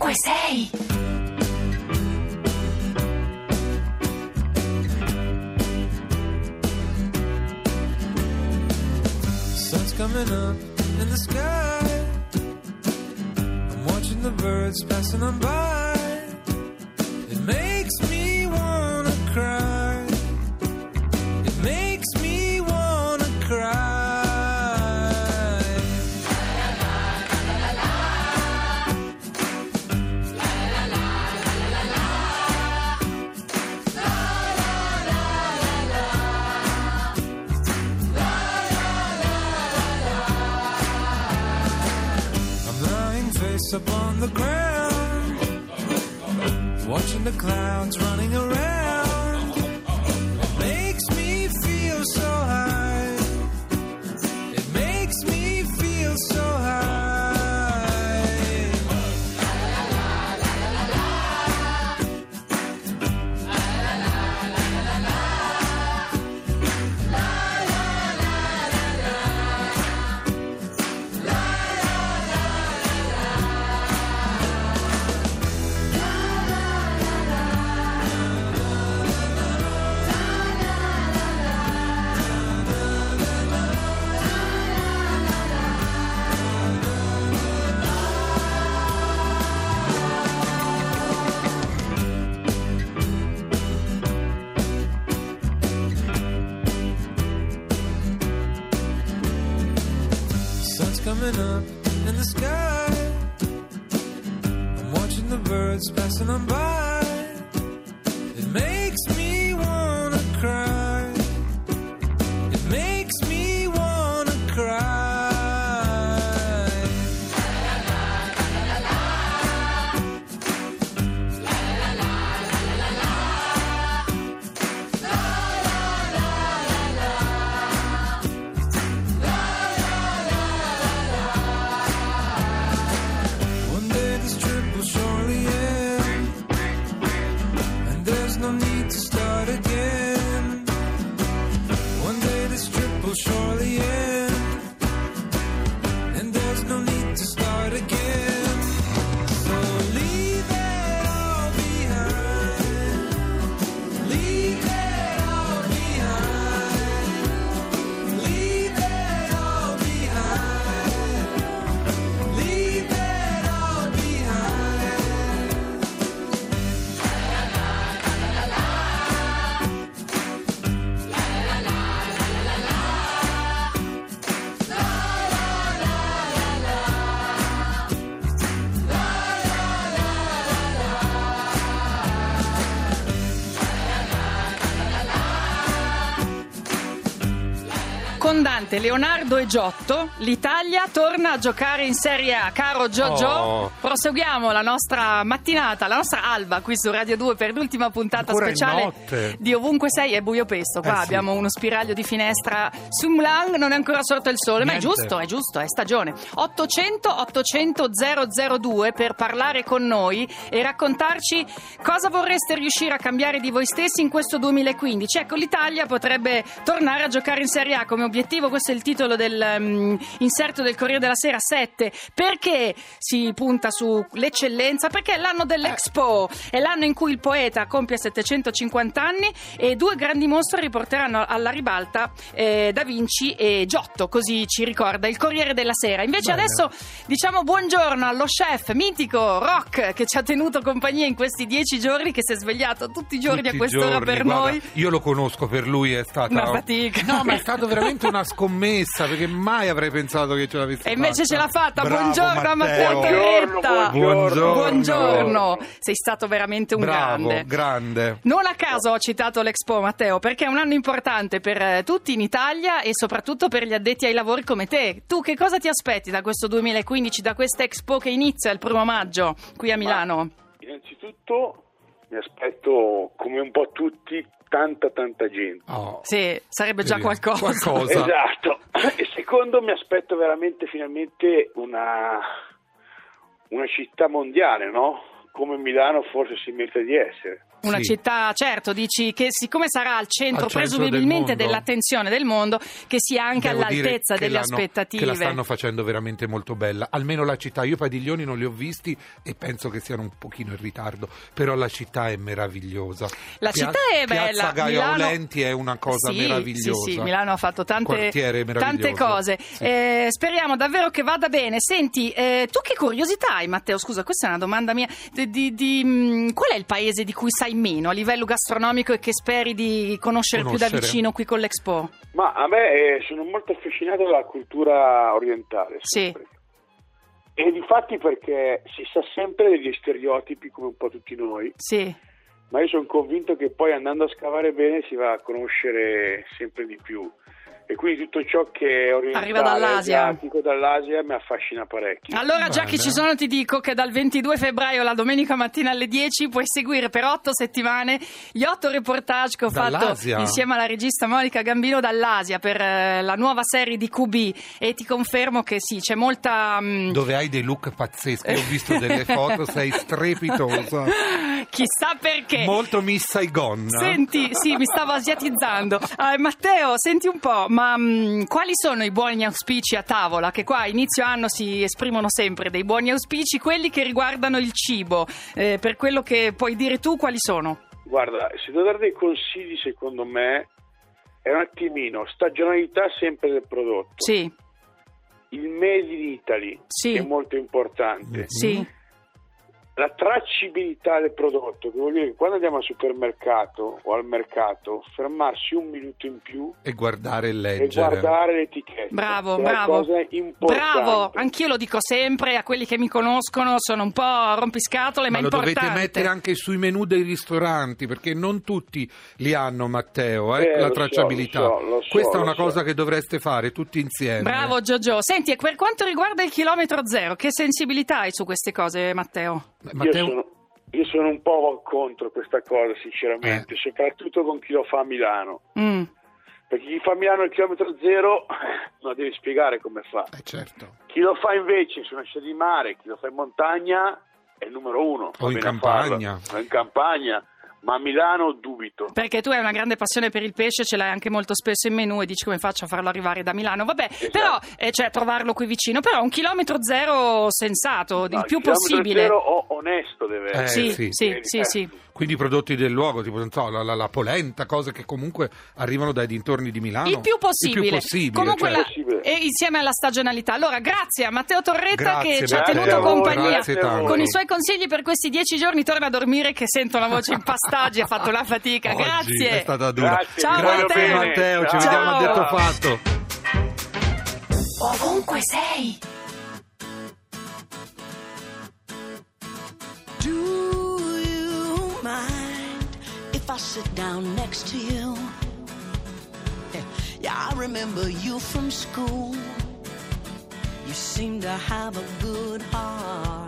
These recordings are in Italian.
Ovunque sei. Sun's coming up in the sky. I'm watching the birds passing on by. It makes me wanna cry. It makes me wanna cry. Up on the ground, watching the clouds running around. It makes me feel so high. It makes me feel so high. Coming up in the sky, I'm watching the birds passing on by. It makes me wanna cry. It makes me wanna cry. Surely end, and there's no need to start again. So leave it all behind. Leave it all behind. Leave it all behind. Leave it all behind. Con Dante, Leonardo e Giotto, l'Italia torna a giocare in Serie A. Caro Giorgio, proseguiamo la nostra mattinata, la nostra alba qui su Radio 2 per l'ultima puntata ancora speciale di Ovunque Sei. È buio pesto, qua abbiamo uno spiraglio di finestra su Mlang, non è ancora sorto il sole. Niente. Ma è giusto, è stagione. 800 002 per parlare con noi e raccontarci cosa vorreste riuscire a cambiare di voi stessi in questo 2015. Ecco, l'Italia potrebbe tornare a giocare in Serie A come obiettivo. Questo è il titolo del inserto del Corriere della Sera 7. Perché si punta sull'eccellenza? Perché è l'anno dell'Expo, è l'anno in cui il poeta compie 750 anni e due grandi mostri riporteranno alla ribalta Da Vinci e Giotto, così ci ricorda il Corriere della Sera. Invece adesso diciamo buongiorno allo chef mitico Rock, che ci ha tenuto compagnia in questi 10 giorni, che si è svegliato tutti i giorni a quest'ora per noi. Io lo conosco, per lui è stata una fatica. No, ma è stato veramente una scommessa, perché mai avrei pensato che ce l'avesse fatta. E invece ce l'ha fatta. Bravo, buongiorno a Matteo Torretta. Buongiorno. Sei stato veramente un grande. Non a caso ho citato l'Expo, Matteo, perché è un anno importante per tutti in Italia e soprattutto per gli addetti ai lavori come te. Tu che cosa ti aspetti da questo 2015, da questa Expo che inizia il 1° maggio qui a Milano? Innanzitutto mi aspetto, come un po' tutti, tanta gente. Sì, sarebbe già qualcosa. Esatto. E secondo, mi aspetto veramente finalmente una città mondiale, no? Come Milano forse si merita di essere. Una città, certo, dici che siccome sarà al centro presumibilmente dell'attenzione del mondo, che sia anche all'altezza delle aspettative. Che la stanno facendo veramente molto bella, almeno la città. Io Padiglioni non li ho visti e penso che siano un pochino in ritardo, però la città è meravigliosa. La città è bella. Piazza Gaio Aulenti è una cosa meravigliosa. Sì, Milano ha fatto tante cose. Sì. Speriamo davvero che vada bene. Senti, tu che curiosità hai, Matteo? Scusa, questa è una domanda mia. Qual è il paese di cui sai meno a livello gastronomico e che speri di conoscere più da vicino qui con l'Expo? Ma a me sono molto affascinato dalla cultura orientale. Sempre. Sì. E difatti perché si sa sempre degli stereotipi come un po' tutti noi. Sì. Ma io sono convinto che poi andando a scavare bene si va a conoscere sempre di più. E quindi tutto ciò che è orientale, arriva dall'Asia mi affascina parecchio. Allora, già che ci sono, ti dico che dal 22 febbraio, la domenica mattina alle 10, puoi seguire per 8 settimane gli 8 reportage che ho fatto insieme alla regista Monica Gambino dall'Asia per la nuova serie di QB, e ti confermo che sì, c'è molta... Dove hai dei look pazzeschi, ho visto delle foto, sei strepitosa. Chissà perché. Molto Miss Saigon. Senti, sì, mi stavo asiatizzando. Matteo, senti un po', ma quali sono i buoni auspici a tavola? Che qua a inizio anno si esprimono sempre dei buoni auspici, quelli che riguardano il cibo. Per quello che puoi dire tu, quali sono? Guarda, se devo dare dei consigli, secondo me è un attimino stagionalità sempre del prodotto. Sì. Il made in Italy, che è molto importante. Sì. La tracciabilità del prodotto, che vuol dire che quando andiamo al supermercato o al mercato, fermarsi un minuto in più e guardare e leggere. E guardare l'etichetta. Bravo. Cosa importante. Bravo, anch'io lo dico sempre a quelli che mi conoscono, sono un po' rompiscatole, ma è importante. Ma lo dovete mettere anche sui menù dei ristoranti, perché non tutti li hanno, Matteo, la tracciabilità. Lo so, questa è una cosa che dovreste fare tutti insieme. Bravo Giorgio. Senti, e per quanto riguarda il chilometro zero, che sensibilità hai su queste cose, Matteo? Io sono un po' contro questa cosa, sinceramente, soprattutto con chi lo fa a Milano. Perché chi fa a Milano il chilometro zero non devi spiegare come fa. Certo. Chi lo fa invece su una scia di mare, chi lo fa in montagna è il numero uno. O in campagna. Ma a Milano dubito. Perché tu hai una grande passione per il pesce, ce l'hai anche molto spesso in menù e dici come faccio a farlo arrivare da Milano. Vabbè, però trovarlo qui vicino, però un chilometro zero sensato, il più possibile. Il chilometro zero onesto deve essere. Sì. Quindi prodotti del luogo, tipo la polenta, cose che comunque arrivano dai dintorni di Milano. Il più possibile. Comunque e insieme alla stagionalità. Allora, grazie a Matteo Torretta che ci ha tenuto compagnia con i suoi consigli per questi 10 giorni. Torna a dormire che sento la voce impastaggi, ha fatto la fatica. Oggi grazie. È stata dura. Ciao Matteo, ci vediamo a Detto Fatto. Ovunque sei. If I sit down next to you, yeah, I remember you from school. You seem to have a good heart.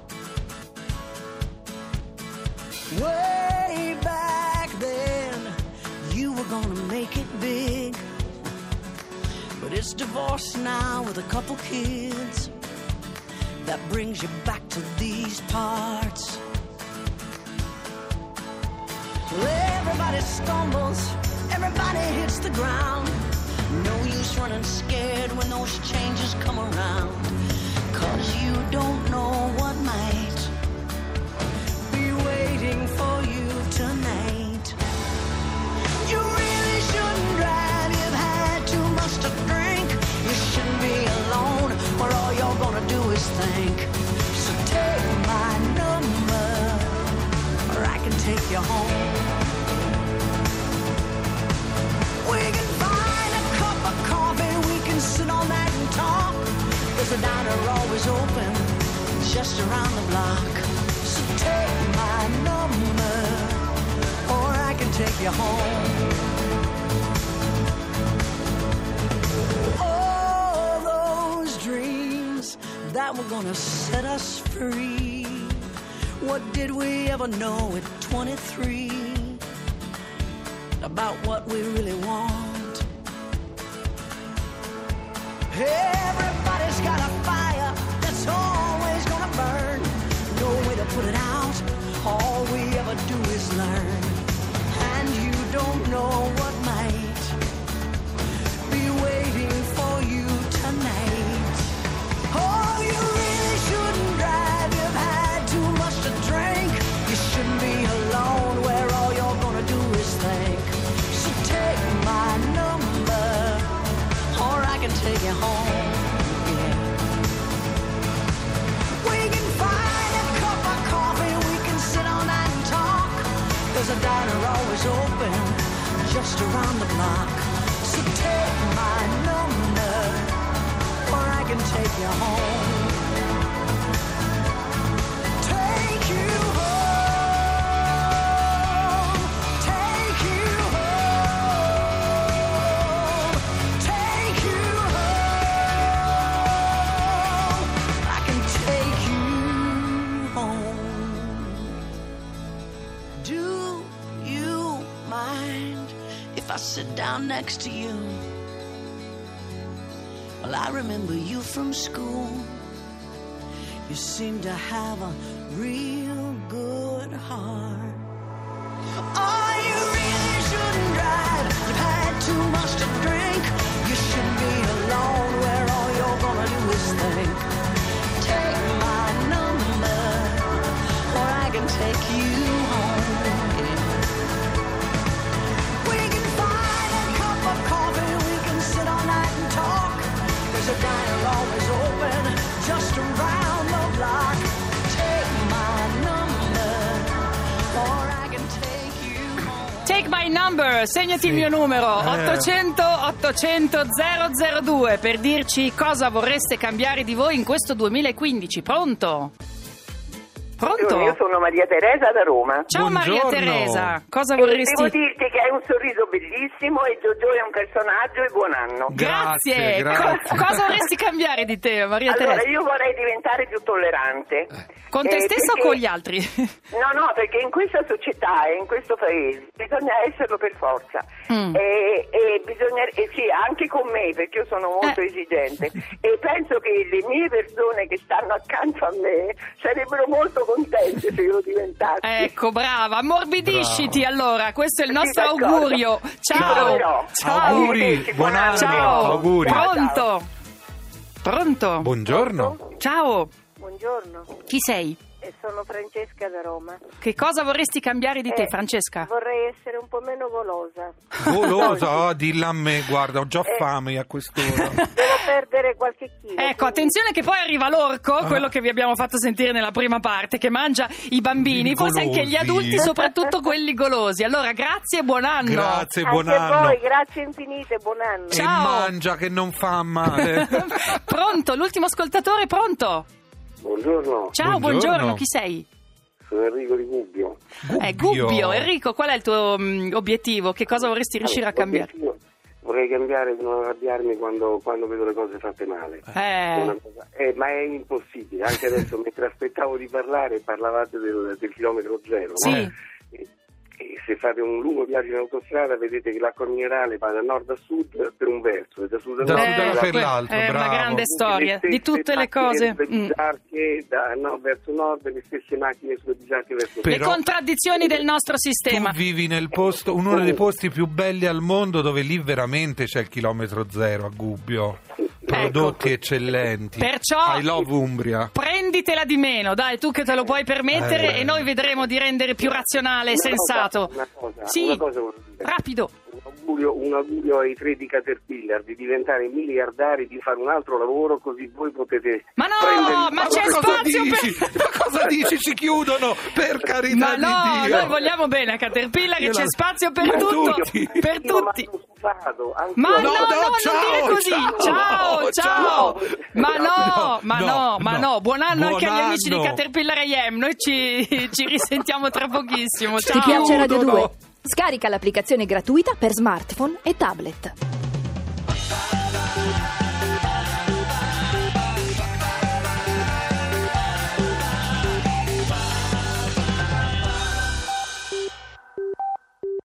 Way back then, you were gonna make it big, but it's divorce now with a couple kids. That brings you back to these parts. Everybody stumbles, everybody hits the ground. No use running scared when those changes come around. 'Cause you don't know what might be waiting for you tonight. You really shouldn't drive, you've had too much to drink. You shouldn't be alone, where all you're gonna do is think. So take my number, or I can take you home. We can find a cup of coffee, we can sit all night and talk. There's a diner always open, just around the block. So take my number, or I can take you home. All those dreams that were gonna set us free, what did we ever know at 23? About what we really want. Everybody's got a fire that's always gonna burn. No way to put it out. All we ever do is learn. around the block. So take my number, or I can take you home. Take you home. Take you home. Take you home. I can take you home. Do you mind if I sit down next to you? Well, I remember you from school. You seem to have a real good heart. Oh, you really shouldn't drive. You've had too much to drink. You should be alone where all you're gonna do is think. Take my number, or I can take you home. We can find a cup of coffee. We can sit all night and talk. There's a diner always open just around the block. Take my number, or I can take you home. Take my number, segnati il mio numero 800 800 002 per dirci cosa vorreste cambiare di voi in questo 2015. Pronto? Pronto? Io sono Maria Teresa da Roma. Ciao Maria Buongiorno. Teresa, cosa vorresti? Devo dirti che hai un sorriso bellissimo e Giorgio è un personaggio e buon anno. Grazie. Grazie. Cosa vorresti cambiare di te, Maria Allora, Teresa? io vorrei diventare più tollerante. Con te stessa o perché- con gli altri? No, perché in questa società e in questo paese bisogna esserlo per forza. E bisogna, sì, anche con me, perché io sono molto esigente. E penso che le mie persone che stanno accanto a me sarebbero molto contente se io diventassi. Ecco, brava, ammorbidisciti allora, questo è il Sì, nostro d'accordo. augurio. Ciao. proverò. Ciao. Auguri, buon anno. Ciao. Auguri. Pronto? Pronto? Buongiorno. Ciao. Buongiorno, Chi sei? sono Francesca da Roma. Che cosa vorresti cambiare di te, Francesca? Vorrei essere un po' meno golosa. Golosa, dilla a me, guarda, ho già fame a quest'ora. Devo perdere qualche chilo. Ecco, attenzione che poi arriva l'orco, quello che vi abbiamo fatto sentire nella prima parte, che mangia i bambini, forse anche gli adulti, soprattutto quelli golosi. Allora, grazie e buon anno. Grazie, buon Anche anno. a voi, grazie infinite, buon anno. E Ciao. mangia che non fa male. Pronto? L'ultimo ascoltatore, pronto? Buongiorno, Ciao, buongiorno. Chi sei? sono Enrico di Gubbio. Gubbio. Enrico, qual è il tuo obiettivo? Che cosa vorresti riuscire a cambiare? Vorrei cambiare di non arrabbiarmi quando vedo le cose fatte male. Ma è impossibile. Anche adesso, mentre aspettavo di parlare, parlavate del chilometro zero. Sì. No? E se fate un lungo viaggio in autostrada vedete che l'acqua minerale va da nord a sud per un verso e da sud a nord per l'altro. È una bravo. grande storia di tutte le cose. Bisarche da nord verso nord, le stesse macchine sulle bisarche verso sud. Le contraddizioni del nostro sistema. Tu vivi nel posto, uno dei posti più belli al mondo, dove lì veramente c'è il chilometro zero a Gubbio. Prodotti eccellenti. Perciò I love Umbria. prenditela di meno, dai, tu che te lo puoi permettere, e noi vedremo di rendere più razionale e sensato. Una cosa volevo dire. Rapido. Un augurio ai tre di Caterpillar di diventare miliardari, di fare un altro lavoro, così voi potete Ma no, prendere- ma c'è cosa spazio dici? per... Ma cosa dici? Ci chiudono, per carità Ma di no, Dio. noi vogliamo bene a Caterpillar, che Io c'è la- spazio per per tutto, tutti. per Io tutti. sono stufato, anch'io. Ma no, non ciao, dire così. Ciao, ciao. Ma no. Buon anno anche agli amici di anno. Caterpillar AM. Noi ci risentiamo tra pochissimo. Ciao. Ti piace Radio Chiudono. 2? Scarica l'applicazione gratuita per smartphone e tablet.